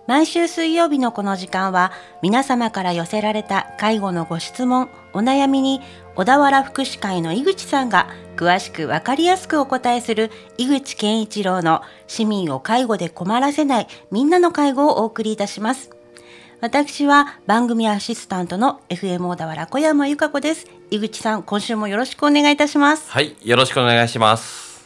毎週水曜日のこの時間は皆様から寄せられた介護のご質問、お悩みに小田原福祉会の井口さんが詳しくわかりやすくお答えする井口健一郎の市民を介護で困らせないみんなの介護をお送りいたします。私は番組アシスタントの FM 小田原小山由佳子です。井口さん、今週もよろしくお願いいたします。 はい、よろしくお願いします。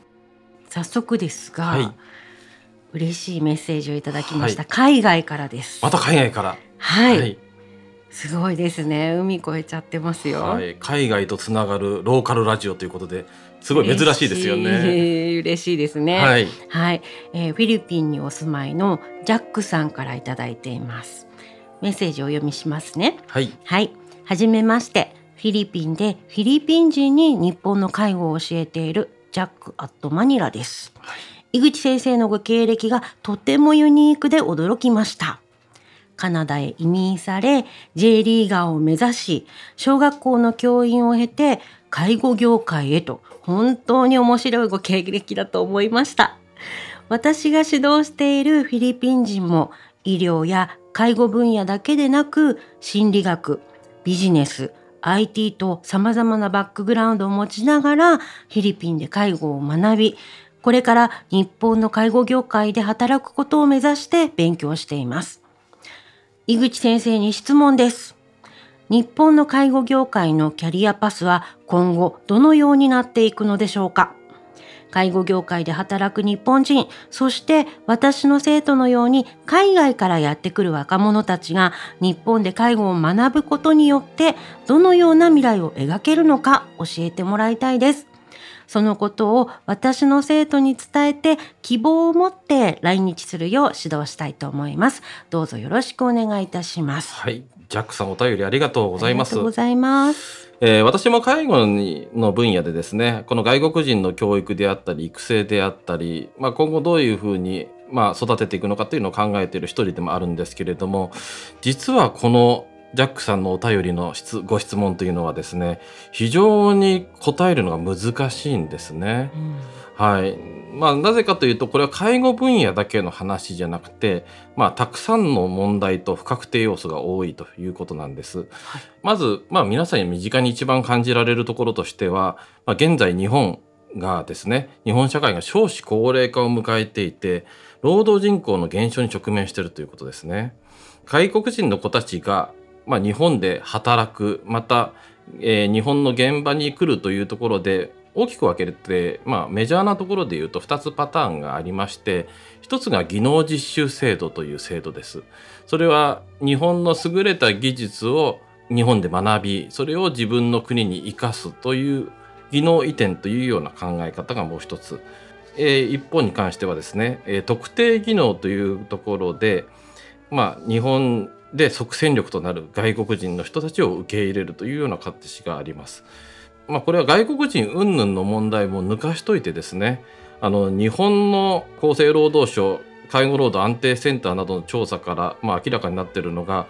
早速ですが、 はい、 嬉しいメッセージをいただきました、 はい、 海外からです。 また海外から。 はい、 はい、 すごいですね。海越えちゃってますよ。 はい、海外とつながるローカルラジオということですごい珍しいですよね。 嬉しいですね。 はい、 はい、フィリピンにお住まいのジャックさんからいただいています。メッセージをお読みしますね。 はい、 はい、はじめまして。フィリピンでフィリピン人に日本の介護を教えているジャックアットマニラです。 はい、 井口先生のご経歴がとてもユニークで驚きました。カナダへ移民され J リーガーを目指し、小学校の教員を経て介護業界へと、本当に面白いご経歴だと思いました。私が指導しているフィリピン人も医療や介護分野だけでなく、心理学、ビジネス、IT と様々なバックグラウンドを持ちながらフィリピンで介護を学び、これから日本の介護業界で働くことを目指して勉強しています。井口先生に質問です。日本の介護業界のキャリアパスは今後どのようになっていくのでしょうか。介護業界で働く日本人、そして私の生徒のように海外からやってくる若者たちが日本で介護を学ぶことによってどのような未来を描けるのか教えてもらいたいです。そのことを私の生徒に伝えて希望を持って来日するよう指導したいと思います。どうぞよろしくお願いいたします。 はい、ジャックさんお便りありがとうございます。 ありがとうございます。 私も介護の分野でですね、この外国人の教育であったり育成であったり、今後どういうふうに育てていくのかというのを考えている一人でもあるんですけれども、実はこのジャックさんのお便りのご質問というのはですね、非常に答えるのが難しいんですね。はい。なぜかというと、これは介護分野だけの話じゃなくて、たくさんの問題と不確定要素が多いということなんです。 はい、 まず、皆さんに身近に一番感じられるところとしては、現在日本がですね、日本社会が少子高齢化を迎えていて、労働人口の減少に直面しているということですね。外国人の子たちが、日本で働く、また、日本の現場に来るというところで、大きく分けて、メジャーなところでいうと2つパターンがありまして、1つが技能実習制度という制度です。それは日本の優れた技術を日本で学び、それを自分の国に生かすという技能移転というような考え方がもう1つ。一方に関してはですね、特定技能というところで、日本で即戦力となる外国人の人たちを受け入れるというような形があります。これは外国人云々の問題も抜かしといてですね、日本の厚生労働省介護労働安定センターなどの調査から、明らかになっているのが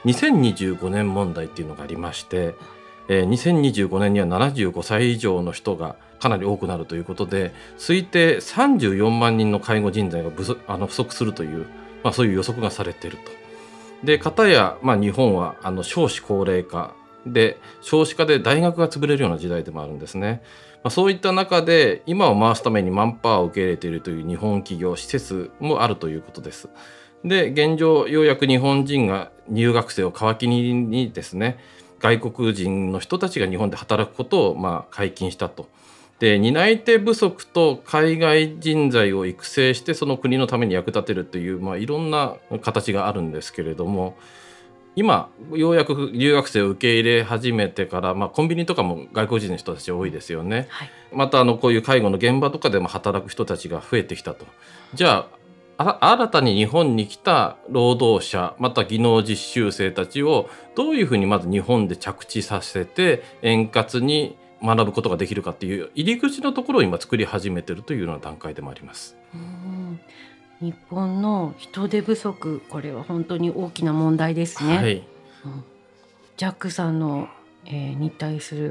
2025年問題っていうのがありまして、2025年には75歳以上の人がかなり多くなるということで、推定34万人の介護人材が不足するという、そういう予測がされていると。で、片や、日本は少子高齢化で少子化で大学が潰れるような時代でもあるんですね。そういった中で今を回すためにマンパワーを受け入れているという日本企業施設もあるということです。で、現状ようやく日本人が留学生を皮切りにですね、外国人の人たちが日本で働くことを解禁したと。で、担い手不足と海外人材を育成してその国のために役立てるという、いろんな形があるんですけれども、今ようやく留学生を受け入れ始めてから、コンビニとかも外国人の人たち多いですよね。 はい、 またこういう介護の現場とかでも働く人たちが増えてきたと。じゃあ新たに日本に来た労働者、また技能実習生たちをどういうふうにまず日本で着地させて円滑に学ぶことができるかっていう入り口のところを今作り始めているというような段階でもあります。 日本の人手不足、これは本当に大きな問題ですね。 はい、 ジャックさんの、に対する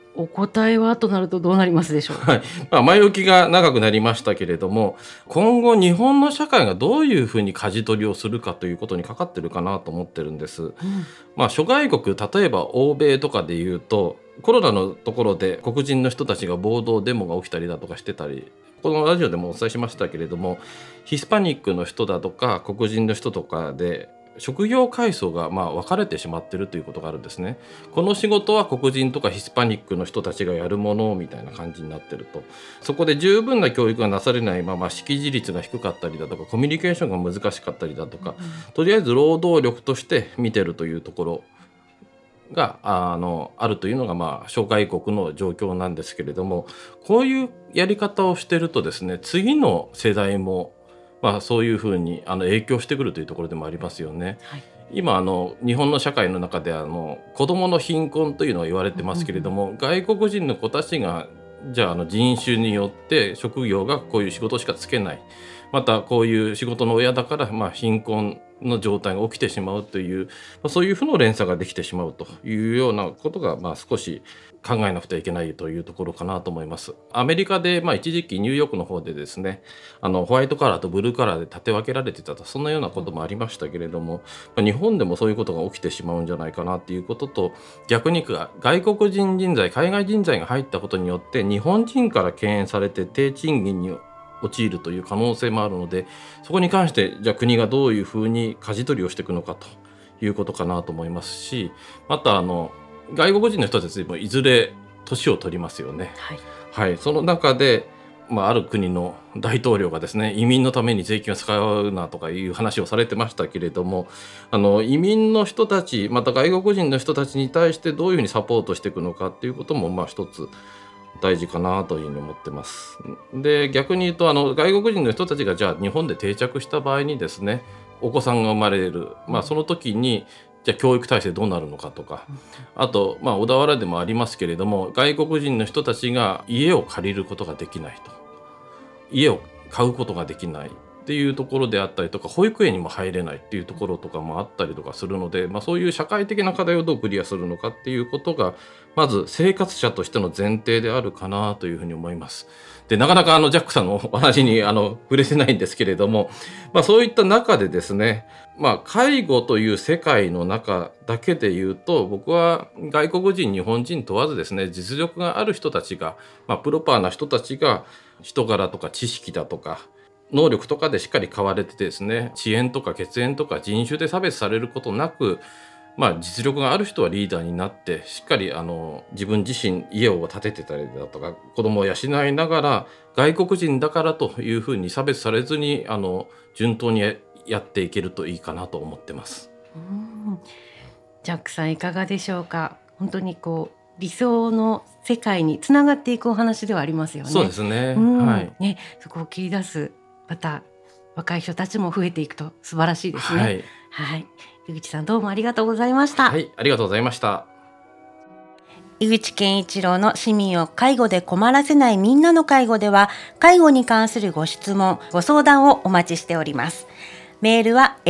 お答えはとなるとどうなりますでしょう。 はい。前置きが長くなりましたけれども、今後日本の社会がどういうふうに舵取りをするかということにかかってるかなと思ってるんです。諸外国、例えば欧米とかでいうと、コロナのところで黒人の人たちが暴動デモが起きたりだとかしてたり、このラジオでもお伝えしましたけれども、ヒスパニックの人だとか黒人の人とかで職業階層が分かれてしまっているということがあるんですね。この仕事は黒人とかヒスパニックの人たちがやるものみたいな感じになってると、そこで十分な教育がなされないまま識字率が低かったりだとか、コミュニケーションが難しかったりだとか、とりあえず労働力として見てるというところがあるというのが諸外国の状況なんですけれども、こういうやり方をしてるとですね、次の世代もそういうふうに影響してくるというところでもありますよね。 はい、 今日本の社会の中で子どもの貧困というのが言われてますけれども、外国人の子たちがじゃあ人種によって職業がこういう仕事しかつけない、またこういう仕事の親だから貧困の状態が起きてしまうという、そういう負の連鎖ができてしまうというようなことが少し考えなくてはいけないというところかなと思います。アメリカで一時期ニューヨークの方でですね、ホワイトカラーとブルーカラーで立て分けられてたと、そんなようなこともありましたけれども、日本でもそういうことが起きてしまうんじゃないかなっていうことと、逆に外国人人材、海外人材が入ったことによって日本人から敬遠されて低賃金に陥るという可能性もあるので、そこに関してじゃあ国がどういうふうに舵取りをしていくのかということかなと思いますし、また外国人の人たちもいずれ年を取りますよね。はい、その中で、ある国の大統領がですね、移民のために税金を使うなとかいう話をされてましたけれども、移民の人たち、また外国人の人たちに対してどういうふうにサポートしていくのかっていうことも一つ大事かなというふうに思ってます。で、逆に言うと外国人の人たちがじゃあ日本で定着した場合にですね、お子さんが生まれる、その時にじゃあ教育体制どうなるのかとか、あと小田原でもありますけれども、外国人の人たちが家を借りることができないと、家を買うことができないっていうところであったりとか、保育園にも入れないっていうところとかもあったりとかするので、そういう社会的な課題をどうクリアするのかっていうことがまず生活者としての前提であるかなというふうに思います。で、なかなかジャックさんのお話に触れてないんですけれども、そういった中でですね、介護という世界の中だけで言うと、僕は外国人日本人問わずですね、実力がある人たちが、プロパーな人たちが人柄とか知識だとか能力とかでしっかり買われてですね、遅延とか血縁とか人種で差別されることなく、実力がある人はリーダーになってしっかり自分自身家を建ててたりだとか子供を養いながら、外国人だからというふうに差別されずに順当にやっていけるといいかなと思ってます。 ジャックさんいかがでしょうか。本当に理想の世界につながっていくお話ではありますよね。 そうですね。 ね、そこを切り出すまた若い人たちも増えていくと素晴らしいですね。井口さんどうもありがとうございました。 はい、ありがとうございました。 井口健一郎の市民を介護で困らせないみんなの介護では、介護に関するご質問ご相談をお待ちしております。メールは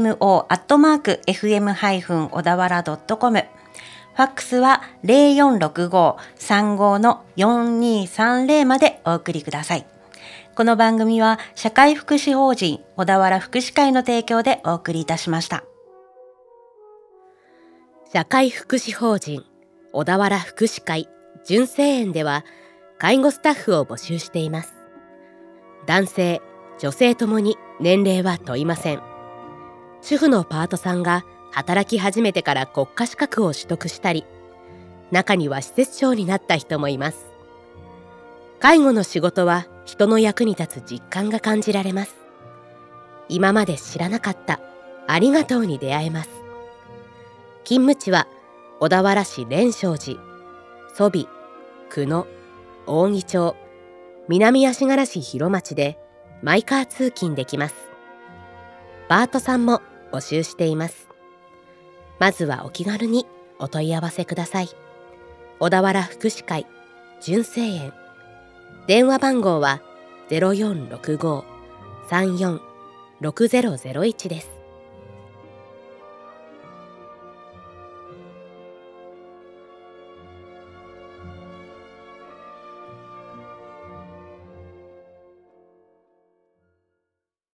fmo@fm- 小田原 .com、 ファックスは 0465-35-4230 までお送りください。この番組は社会福祉法人小田原福祉会の提供でお送りいたしました。 社会福祉法人小田原福祉会純正園では介護スタッフを募集しています。男性、女性ともに年齢は問いません。主婦のパートさんが働き始めてから国家資格を取得したり、中には施設長になった人もいます。介護の仕事は人の役に立つ実感が感じられます。今まで知らなかったありがとうに出会えます。勤務地は小田原市蓮勝寺、蘇美、久野、扇町、南足柄市広町でマイカー通勤できます。パートさんも募集しています。まずはお気軽にお問い合わせください。小田原福祉会純正園、電話番号は 0465-34-6001 です。